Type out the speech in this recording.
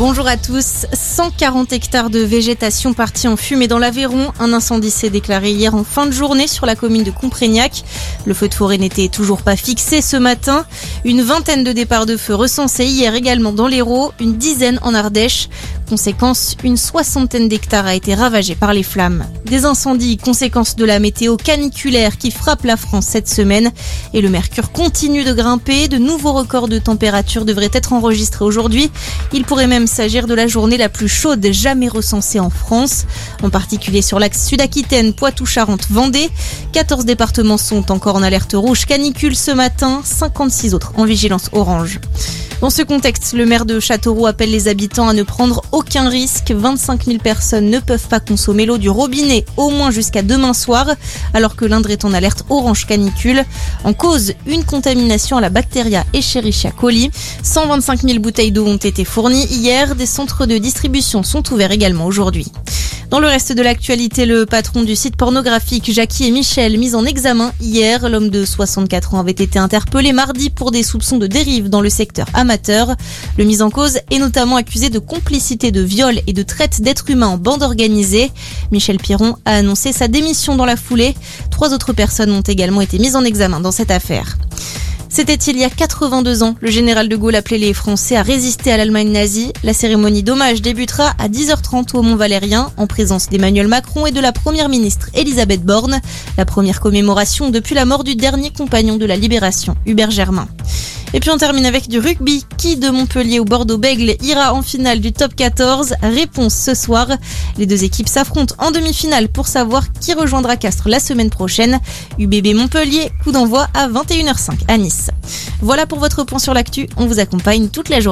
Bonjour à tous. 140 hectares de végétation partis en fumée dans l'Aveyron. Un incendie s'est déclaré hier en fin de journée sur la commune de Comprégnac. Le feu de forêt n'était toujours pas fixé ce matin. Une vingtaine de départs de feu recensés hier également dans l'Hérault, une dizaine en Ardèche. Conséquence, une soixantaine d'hectares a été ravagée par les flammes. Des incendies, conséquence de la météo caniculaire qui frappe la France cette semaine. Et le mercure continue de grimper. De nouveaux records de température devraient être enregistrés aujourd'hui. Il pourrait même s'agir de la journée la plus chaude jamais recensée en France. En particulier sur l'axe Sud-Aquitaine, Poitou-Charentes, Vendée. 14 départements sont encore en alerte rouge canicule ce matin. 56 autres en vigilance orange. Dans ce contexte, le maire de Châteauroux appelle les habitants à ne prendre aucun risque. 25 000 personnes ne peuvent pas consommer l'eau du robinet, au moins jusqu'à demain soir, alors que l'Indre est en alerte orange canicule. En cause, une contamination à la Bacteria Escherichia coli. 125 000 bouteilles d'eau ont été fournies hier. Des centres de distribution sont ouverts également aujourd'hui. Dans le reste de l'actualité, le patron du site pornographique Jackie et Michel, mis en examen hier. L'homme de 64 ans avait été interpellé mardi pour des soupçons de dérive dans le secteur amateur. Le mis en cause est notamment accusé de complicité de viol et de traite d'êtres humains en bande organisée. Michel Piron a annoncé sa démission dans la foulée. 3 autres personnes ont également été mises en examen dans cette affaire. C'était il y a 82 ans. Le général de Gaulle appelait les Français à résister à l'Allemagne nazie. La cérémonie d'hommage débutera à 10h30 au Mont-Valérien en présence d'Emmanuel Macron et de la première ministre Elisabeth Borne. La première commémoration depuis la mort du dernier compagnon de la Libération, Hubert Germain. Et puis on termine avec du rugby. Qui de Montpellier ou Bordeaux-Bègles ira en finale du top 14 ? Réponse ce soir. Les deux équipes s'affrontent en demi-finale pour savoir qui rejoindra Castres la semaine prochaine. UBB Montpellier, coup d'envoi à 21h05 à Nice. Voilà pour votre point sur l'actu. On vous accompagne toute la journée.